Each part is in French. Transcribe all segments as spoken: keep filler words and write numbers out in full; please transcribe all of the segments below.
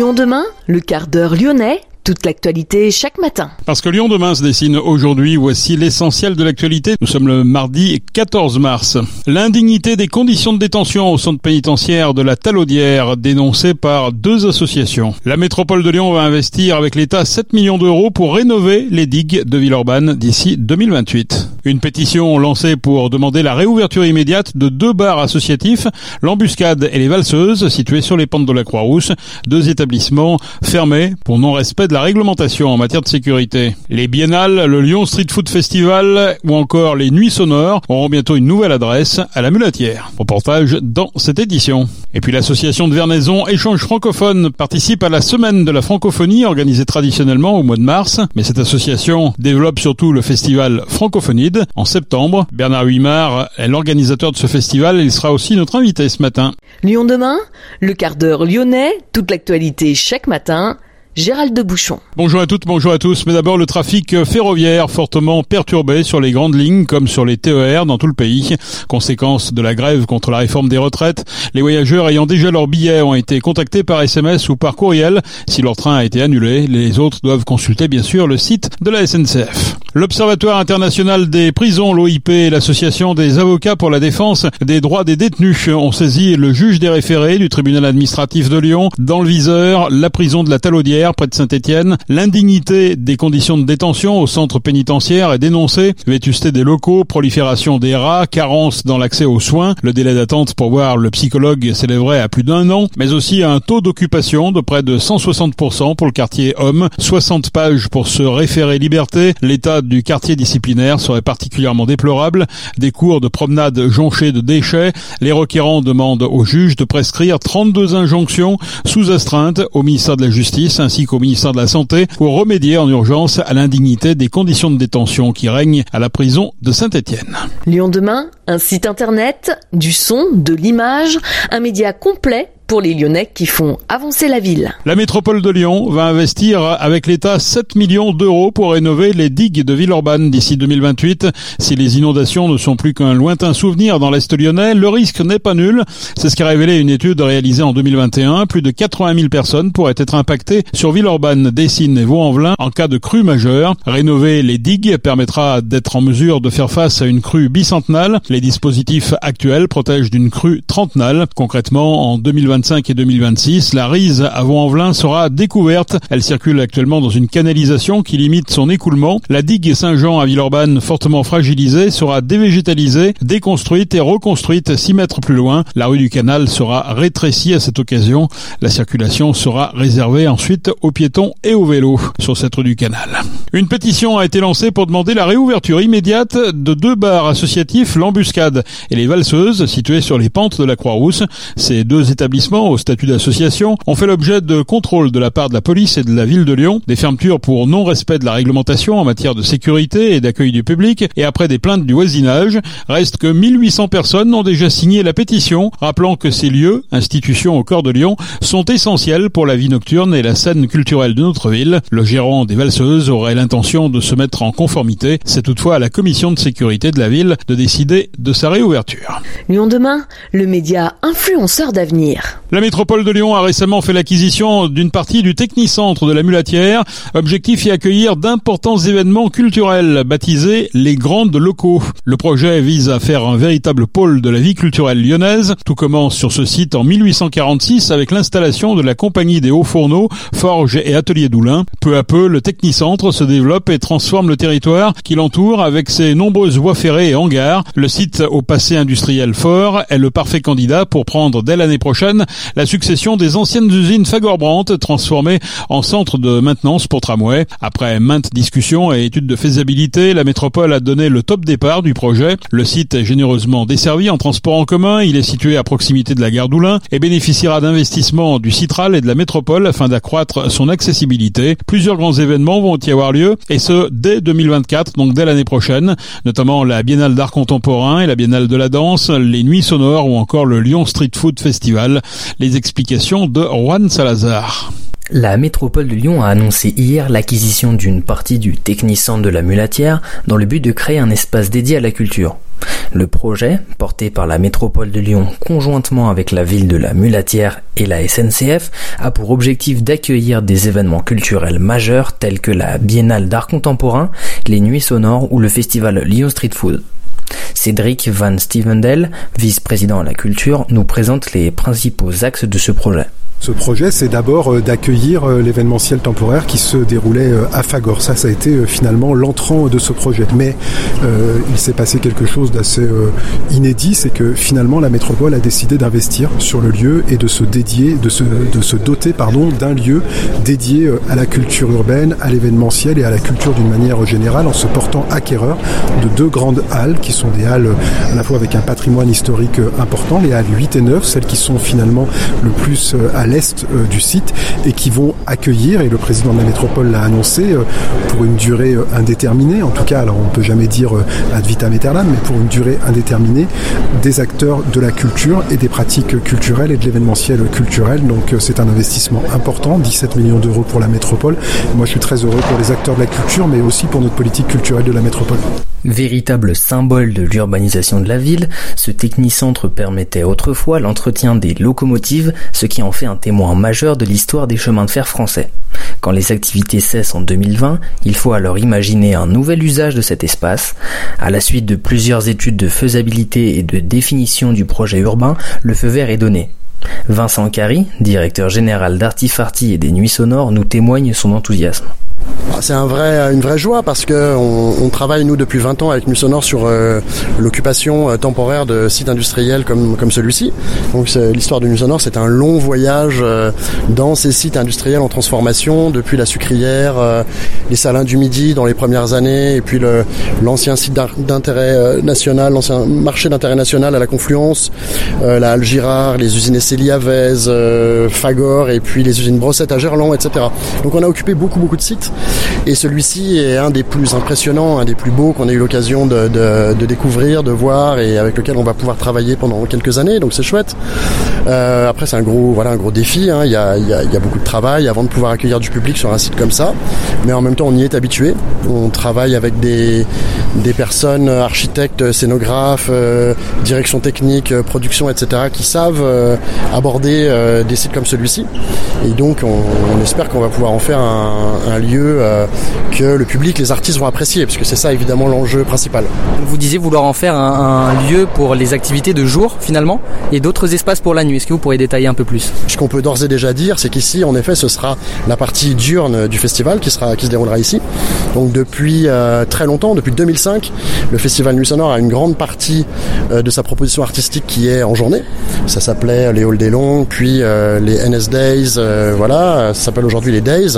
Lyon demain, le quart d'heure lyonnais, toute l'actualité chaque matin. Parce que Lyon demain se dessine aujourd'hui, voici l'essentiel de l'actualité. Nous sommes le mardi quatorze mars. L'indignité des conditions de détention au centre pénitentiaire de la Talaudière, dénoncée par deux associations. La métropole de Lyon va investir avec l'État sept millions d'euros pour rénover les digues de Villeurbanne d'ici deux mille vingt-huit. Une pétition lancée pour demander la réouverture immédiate de deux bars associatifs, l'Embuscade et les Valseuses, situés sur les pentes de la Croix-Rousse, deux établissements fermés pour non-respect de la réglementation en matière de sécurité. Les biennales, le Lyon Street Food Festival ou encore les Nuits Sonores auront bientôt une nouvelle adresse à la Mulatière. Reportage dans cette édition. Et puis l'association de Vernaison Échange Francophone participe à la semaine de la francophonie organisée traditionnellement au mois de mars. Mais cette association développe surtout le festival Francophonide en septembre. Bernard Huimard est l'organisateur de ce festival et il sera aussi notre invité ce matin. Lyon demain, le quart d'heure lyonnais, toute l'actualité chaque matin. Gérald de Bouchon. Bonjour à toutes, bonjour à tous. Mais d'abord, le trafic ferroviaire fortement perturbé sur les grandes lignes comme sur les T E R dans tout le pays. Conséquence de la grève contre la réforme des retraites. Les voyageurs ayant déjà leur billet ont été contactés par S M S ou par courriel. Si leur train a été annulé, les autres doivent consulter bien sûr le site de la S N C F. L'Observatoire international des prisons, l'O I P, et l'Association des avocats pour la défense des droits des détenus ont saisi le juge des référés du tribunal administratif de Lyon. Dans le viseur, la prison de la Talaudière, près de Saint-Étienne. L'indignité des conditions de détention au centre pénitentiaire est dénoncée. Vétusté des locaux, prolifération des rats, carence dans l'accès aux soins. Le délai d'attente pour voir le psychologue s'élèverait à plus d'un an, mais aussi un taux d'occupation de près de cent soixante pour cent pour le quartier homme. soixante pages pour se référer liberté. L'état du quartier disciplinaire serait particulièrement déplorable. Des cours de promenade jonchés de déchets. Les requérants demandent au juge de prescrire trente-deux injonctions sous astreinte au ministère de la Justice ainsi qu'au ministère de la Santé pour remédier en urgence à l'indignité des conditions de détention qui règnent à la prison de Saint-Étienne. Lyon demain, un site internet, du son, de l'image, un média complet pour les Lyonnais qui font avancer la ville. La métropole de Lyon va investir avec l'État sept millions d'euros pour rénover les digues de Villeurbanne d'ici deux mille vingt-huit. Si les inondations ne sont plus qu'un lointain souvenir dans l'Est lyonnais, le risque n'est pas nul. C'est ce qu'a révélé une étude réalisée en deux mille vingt et un. Plus de quatre-vingt mille personnes pourraient être impactées sur Villeurbanne, Dessines et Vaux-en-Velin en cas de crue majeure. Rénover les digues permettra d'être en mesure de faire face à une crue bicentenale. Les dispositifs actuels protègent d'une crue trentenale. Concrètement, en deux mille vingt-cinq et deux mille vingt-six, la Rise à Vaux-en-Velin sera découverte. Elle circule actuellement dans une canalisation qui limite son écoulement. La digue Saint-Jean à Villeurbanne, fortement fragilisée, sera dévégétalisée, déconstruite et reconstruite six mètres plus loin. La rue du Canal sera rétrécie à cette occasion. La circulation sera réservée ensuite aux piétons et aux vélos sur cette rue du Canal. Une pétition a été lancée pour demander la réouverture immédiate de deux bars associatifs, l'Embuscade et les Valseuses, situés sur les pentes de la Croix-Rousse. Ces deux établissements au statut d'association ont fait l'objet de contrôles de la part de la police et de la ville de Lyon, des fermetures pour non-respect de la réglementation en matière de sécurité et d'accueil du public, et après des plaintes du voisinage, reste que mille huit cents personnes ont déjà signé la pétition, rappelant que ces lieux, institutions au cœur de Lyon, sont essentiels pour la vie nocturne et la scène culturelle de notre ville. Le gérant des Valseuses aurait l'intention de se mettre en conformité. C'est toutefois à la commission de sécurité de la ville de décider de sa réouverture. Lyon demain, le média influenceur d'avenir. La métropole de Lyon a récemment fait l'acquisition d'une partie du Technicentre de la Mulatière. Objectif y accueillir d'importants événements culturels baptisés les Grandes Locaux. Le projet vise à faire un véritable pôle de la vie culturelle lyonnaise. Tout commence sur ce site en mille huit cent quarante-six avec l'installation de la Compagnie des Hauts Fourneaux, Forges et Ateliers d'Oulin. Peu à peu, le Technicentre se développe et transforme le territoire qui l'entoure avec ses nombreuses voies ferrées et hangars. Le site au passé industriel fort est le parfait candidat pour prendre dès l'année prochaine la succession des anciennes usines Fagorbrandt transformées en centre de maintenance pour tramway. Après maintes discussions et études de faisabilité, la métropole a donné le top départ du projet. Le site est généreusement desservi en transport en commun. Il est situé à proximité de la gare d'Oulin et bénéficiera d'investissements du Citral et de la métropole afin d'accroître son accessibilité. Plusieurs grands événements vont y avoir lieu et ce dès deux mille vingt-quatre, donc dès l'année prochaine, notamment la Biennale d'art contemporain et la Biennale de la danse, les Nuits sonores ou encore le Lyon Street Food Festival. Les explications de Juan Salazar. La métropole de Lyon a annoncé hier l'acquisition d'une partie du Technicentre de la Mulatière dans le but de créer un espace dédié à la culture. Le projet, porté par la métropole de Lyon conjointement avec la ville de la Mulatière et la S N C F, a pour objectif d'accueillir des événements culturels majeurs tels que la Biennale d'art contemporain, les Nuits sonores ou le festival Lyon Street Food. Cédric Van Stevendel, vice-président à la culture, nous présente les principaux axes de ce projet. Ce projet, c'est d'abord d'accueillir l'événementiel temporaire qui se déroulait à Fagor. Ça, ça a été finalement l'entrant de ce projet. Mais euh, il s'est passé quelque chose d'assez euh, inédit, c'est que finalement la métropole a décidé d'investir sur le lieu et de se dédier, de se, de se doter, pardon, d'un lieu dédié à la culture urbaine, à l'événementiel et à la culture d'une manière générale, en se portant acquéreur de deux grandes halles qui sont des halles à la fois avec un patrimoine historique important, les halles huit et neuf, celles qui sont finalement le plus à l'est euh, du site et qui vont accueillir, et le président de la métropole l'a annoncé, euh, pour une durée euh, indéterminée, en tout cas, alors on ne peut jamais dire euh, ad vitam aeternam, mais pour une durée indéterminée, des acteurs de la culture et des pratiques culturelles et de l'événementiel culturel. Donc euh, c'est un investissement important, dix-sept millions d'euros pour la métropole. Et moi je suis très heureux pour les acteurs de la culture, mais aussi pour notre politique culturelle de la métropole. Véritable symbole de l'urbanisation de la ville, ce technicentre permettait autrefois l'entretien des locomotives, ce qui en fait un témoin majeur de l'histoire des chemins de fer français. Quand les activités cessent en deux mille vingt, il faut alors imaginer un nouvel usage de cet espace. À la suite de plusieurs études de faisabilité et de définition du projet urbain, le feu vert est donné. Vincent Carry, directeur général d'Artifarty et des Nuits sonores, nous témoigne son enthousiasme. C'est un vrai, une vraie joie parce que on, on travaille nous depuis vingt ans avec Nuits sonores sur euh, l'occupation euh, temporaire de sites industriels comme comme celui-ci. Donc c'est, l'histoire de Nuits sonores, c'est un long voyage euh, dans ces sites industriels en transformation, depuis la sucrière, euh, les salins du Midi dans les premières années, et puis le, l'ancien site d'intérêt euh, national, l'ancien marché d'intérêt national à la Confluence, euh, la Halle Girard, les usines Esseli à Vèze, euh, Fagor, et puis les usines Brossette à Gerland, et cetera. Donc on a occupé beaucoup beaucoup de sites. Et celui-ci est un des plus impressionnants, un des plus beaux qu'on a eu l'occasion de, de, de découvrir, de voir, et avec lequel on va pouvoir travailler pendant quelques années, donc c'est chouette. Euh, après c'est un gros, voilà, un gros défi, hein. il, y a, il, y a, il y a beaucoup de travail avant de pouvoir accueillir du public sur un site comme ça, mais en même temps on y est habitué. On travaille avec des, des personnes, architectes, scénographes, euh, direction technique, production, et cetera, qui savent euh, aborder euh, des sites comme celui-ci, et donc on, on espère qu'on va pouvoir en faire un, un lieu Euh, que le public, les artistes vont apprécier, parce que c'est ça évidemment l'enjeu principal. Vous disiez vouloir en faire un, un lieu pour les activités de jour finalement, et d'autres espaces pour la nuit. Est-ce que vous pourriez détailler un peu plus ? Ce qu'on peut d'ores et déjà dire, c'est qu'ici en effet ce sera la partie diurne du festival qui sera qui se déroulera ici. Donc depuis euh, très longtemps, depuis deux mille cinq, le festival Nuits sonores a une grande partie euh, de sa proposition artistique qui est en journée. Ça s'appelait les Halls des Longs, puis euh, les N S Days, euh, voilà, ça s'appelle aujourd'hui les Days.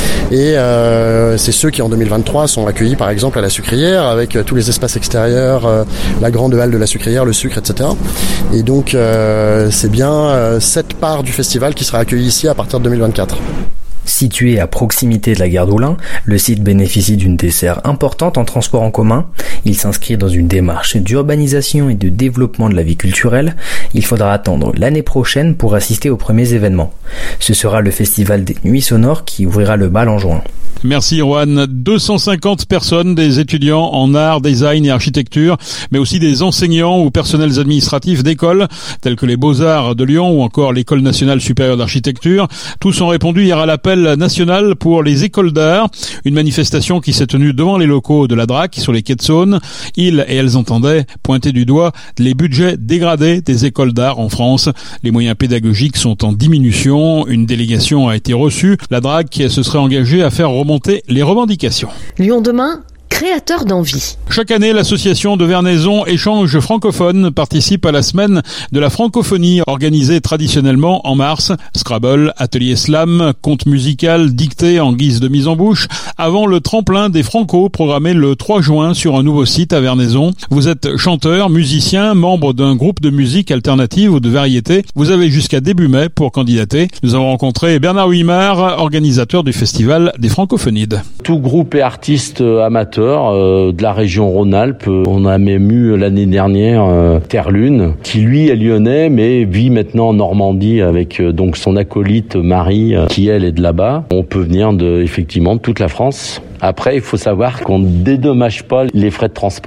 Et euh, c'est ceux qui en deux mille vingt-trois sont accueillis par exemple à la Sucrière avec euh, tous les espaces extérieurs, euh, la grande halle de la Sucrière, le sucre, et cetera. Et donc euh, c'est bien euh, cette part du festival qui sera accueillie ici à partir de deux mille vingt-quatre. Situé à proximité de la gare d'Oulin, le site bénéficie d'une desserte importante en transport en commun. Il s'inscrit dans une démarche d'urbanisation et de développement de la vie culturelle. Il faudra attendre l'année prochaine pour assister aux premiers événements. Ce sera le festival des Nuits sonores qui ouvrira le bal en juin. Merci Erwan. deux cent cinquante personnes, des étudiants en art, design et architecture, mais aussi des enseignants ou personnels administratifs d'écoles, tels que les Beaux-Arts de Lyon ou encore l'École nationale supérieure d'architecture. Tous ont répondu hier à l'appel national pour les écoles d'art, une manifestation qui s'est tenue devant les locaux de la D R A C sur les quais de Saône. Ils et elles entendaient pointer du doigt les budgets dégradés des écoles d'art en France. Les moyens pédagogiques sont en diminution. Une délégation a été reçue. La D R A C se serait engagée à faire remonter les revendications. Lyon demain, créateur d'envie. Chaque année, l'association de Vernaison Échange francophone participe à la semaine de la francophonie organisée traditionnellement en mars. Scrabble, atelier slam, conte musical, dictée en guise de mise en bouche, avant le tremplin des Franco programmé le trois juin sur un nouveau site à Vernaison. Vous êtes chanteur, musicien, membre d'un groupe de musique alternative ou de variété. Vous avez jusqu'à début mai pour candidater. Nous avons rencontré Bernard Huimard, organisateur du festival des Francophonides. Tout groupe et artiste amateur Euh, de la région Rhône-Alpes. On a même eu l'année dernière euh, Terre-Lune, qui lui est lyonnais mais vit maintenant en Normandie avec euh, donc son acolyte Marie, euh, qui elle est de là-bas. On peut venir de effectivement de toute la France. Après, il faut savoir qu'on ne dédommage pas les frais de transport.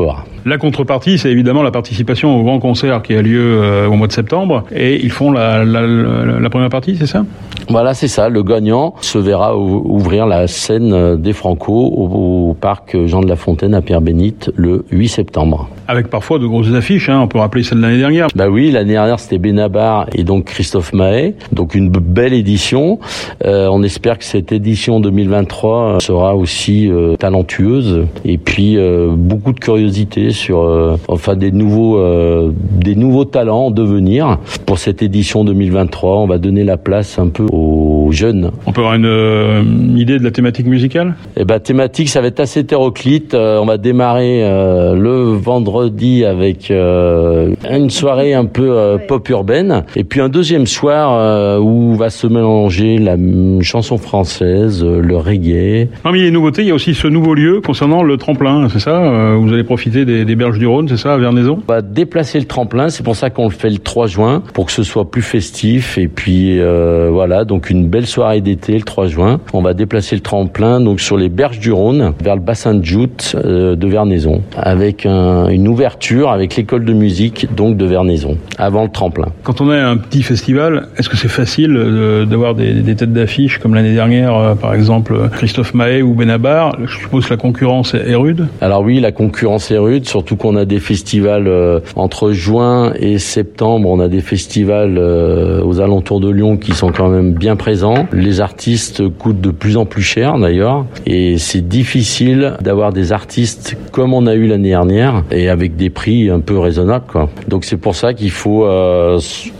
La contrepartie, c'est évidemment la participation au grand concert qui a lieu euh, au mois de septembre. Et ils font la, la, la, la première partie, c'est ça ? Voilà, c'est ça. Le gagnant se verra ouvrir la scène des Franco au, au parc Jean de La Fontaine à Pierre-Bénite le huit septembre. Avec parfois de grosses affiches, hein. On peut rappeler celle de l'année dernière. Bah oui, l'année dernière c'était Benabar et donc Christophe Maé. Donc une belle édition. Euh, on espère que cette édition deux mille vingt-trois sera aussi euh, talentueuse et puis euh, beaucoup de curiosité sur euh, enfin des nouveaux euh, des nouveaux talents en devenir. Pour cette édition deux mille vingt-trois, on va donner la place un peu aux jeunes. On peut avoir une, euh, une idée de la thématique musicale ? Eh ben thématique, ça va être assez hétéroclite. Euh, on va démarrer euh, le vendredi avec euh, une soirée un peu euh, pop urbaine et puis un deuxième soir euh, où va se mélanger la m- chanson française, euh, le reggae. Parmi les nouveautés, il y a aussi ce nouveau lieu concernant le tremplin, c'est ça ? euh, Vous allez profiter des, des berges du Rhône, c'est ça, à Vernaison ? On va déplacer le tremplin, c'est pour ça qu'on le fait le trois juin, pour que ce soit plus festif et puis euh, voilà, donc une belle soirée d'été le trois juin. On va déplacer le tremplin donc sur les berges du Rhône vers le bassin de Joutes euh, de Vernaison avec un, une ouverture avec l'école de musique donc de Vernaison avant le tremplin. Quand on a un petit festival, est-ce que c'est facile de, d'avoir des, des têtes d'affiche comme l'année dernière, euh, par exemple Christophe Maé ou Benabar ? Je suppose que la concurrence est rude. Alors oui, la concurrence est rude, surtout qu'on a des festivals euh, entre juin et septembre. On a des festivals euh, aux alentours de Lyon qui sont quand même bien présents. Les artistes coûtent de plus en plus cher d'ailleurs, et c'est difficile d'avoir des artistes comme on a eu l'année dernière et avec des prix un peu raisonnables, quoi. Donc c'est pour ça qu'il faut euh,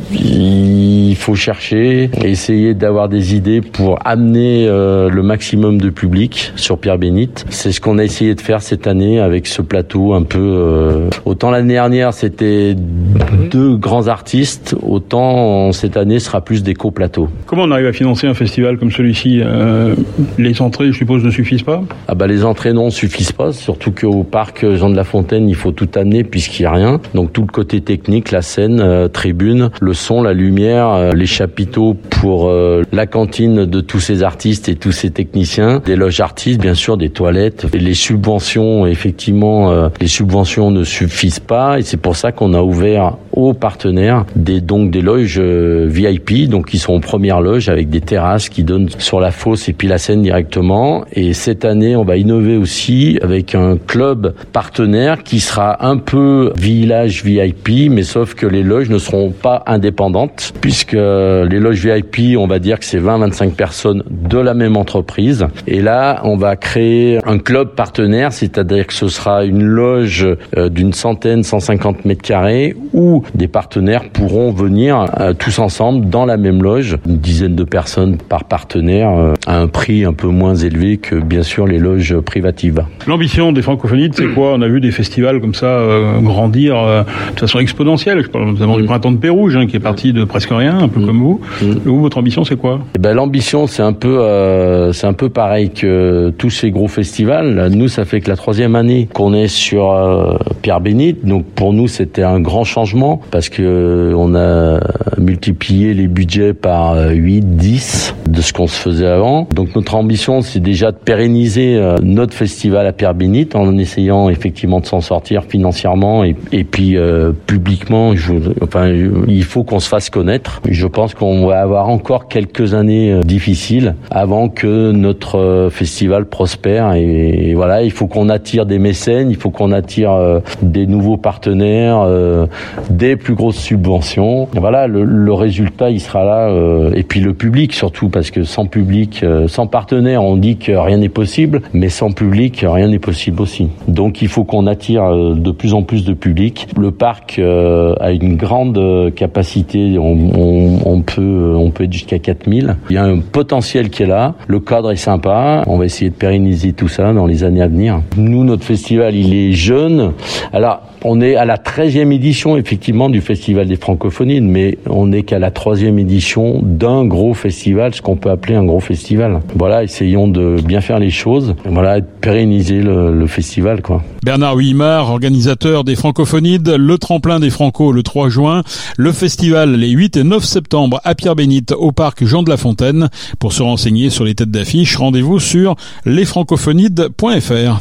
il faut chercher et essayer d'avoir des idées pour amener euh, le maximum de public sur Pierre-Bénite. C'est ce qu'on a essayé de faire cette année avec ce plateau un peu euh, autant l'année dernière c'était deux grands artistes, autant cette année sera plus des co-plateaux. Comment on arrive à financer un festival comme celui-ci ? euh, Les entrées, je suppose, ne suffisent pas ? Ah bah les entrées non suffisent pas, surtout qu'au parc Jean de La Fontaine, il faut tout amener puisqu'il n'y a rien. Donc tout le côté technique, la scène, euh, tribune, le son, la lumière, euh, les chapiteaux pour euh, la cantine de tous ces artistes et tous ces techniciens, des loges artistes, bien sûr, des toilettes. Et les subventions, effectivement, euh, les subventions ne suffisent pas et c'est pour ça qu'on a ouvert aux partenaires des donc des loges euh, V I P, donc qui sont en première loge avec des terrasses qui donnent sur la fosse et puis la scène directement. Et cette année, on va innover aussi avec un club partenaire qui sera un peu village V I P, mais sauf que les loges ne seront pas indépendantes puisque les loges V I P, on va dire que c'est vingt à vingt-cinq personnes de la même entreprise. Et là, on va créer un club partenaire, c'est-à-dire que ce sera une loge euh, d'une centaine, cent cinquante mètres carrés où des partenaires pourront venir euh, tous ensemble dans la même loge, une dizaine de personnes par partenaire euh, à un prix un peu moins élevé que bien sûr les loges privatives. L'ambition des Francophonides, c'est quoi ? On a vu des festivals comme ça euh, grandir euh, de façon exponentielle. Je parle notamment mmh. du Printemps de Pérouge, hein, qui est parti de presque rien, un peu mmh. comme vous. Mmh. Vous, votre ambition, c'est quoi ? Eh ben, l'ambition, c'est un peu, euh, c'est un peu pareil que tous ces gros festivals. Nous, ça fait que la troisième année qu'on est sur euh, Pierre-Bénite. Donc, pour nous, c'était un grand changement parce que euh, on a multiplié les budgets par huit, dix de ce qu'on se faisait avant. Donc, notre ambition, c'est déjà de pérenniser euh, notre festival à Pierre-Bénite en essayant effectivement de s'en sortir financièrement et, et puis euh, publiquement. Je, enfin, je, il faut qu'on se fasse connaître. Je pense qu'on va avoir encore quelques années euh, difficiles avant que notre euh, festival prospère. Et, et voilà, il faut qu'on attire des mécènes, il faut qu'on attire euh, des nouveaux partenaires, euh, des plus grosses subventions. Et voilà, le, le résultat, il sera là. Euh, et puis le public surtout, parce que sans public, euh, sans partenaire, on dit que rien n'est possible, mais sans public, rien n'est possible aussi. Donc il faut qu'on attire euh, de plus en plus de public. Le parc euh, a une grande euh, capacité, on, on, on peut on peut être jusqu'à quatre mille. Il y a un potentiel qui est là, le cadre est sympa, on va essayer de pérenniser tout ça dans les années à venir. Nous, notre festival, il est jeune. Alors, on est à la treizième édition, effectivement, du Festival des Francophonies, mais on n'est qu'à la troisième édition d'un gros festival, ce qu'on peut appeler un gros festival. Voilà, essayons de bien faire les choses, voilà, de pérenniser le, le festival, quoi. Bernard Huimard, organisateur des Francophonides, le tremplin des Franco le trois juin, le festival les huit et neuf septembre à Pierre-Bénite au parc Jean de La Fontaine. Pour se renseigner sur les têtes d'affiche, rendez-vous sur les francophonides point f r.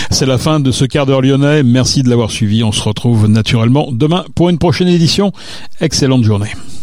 C'est la fin de ce quart d'heure lyonnais. Merci de l'avoir suivi. On se retrouve naturellement demain pour une prochaine édition. Excellente journée.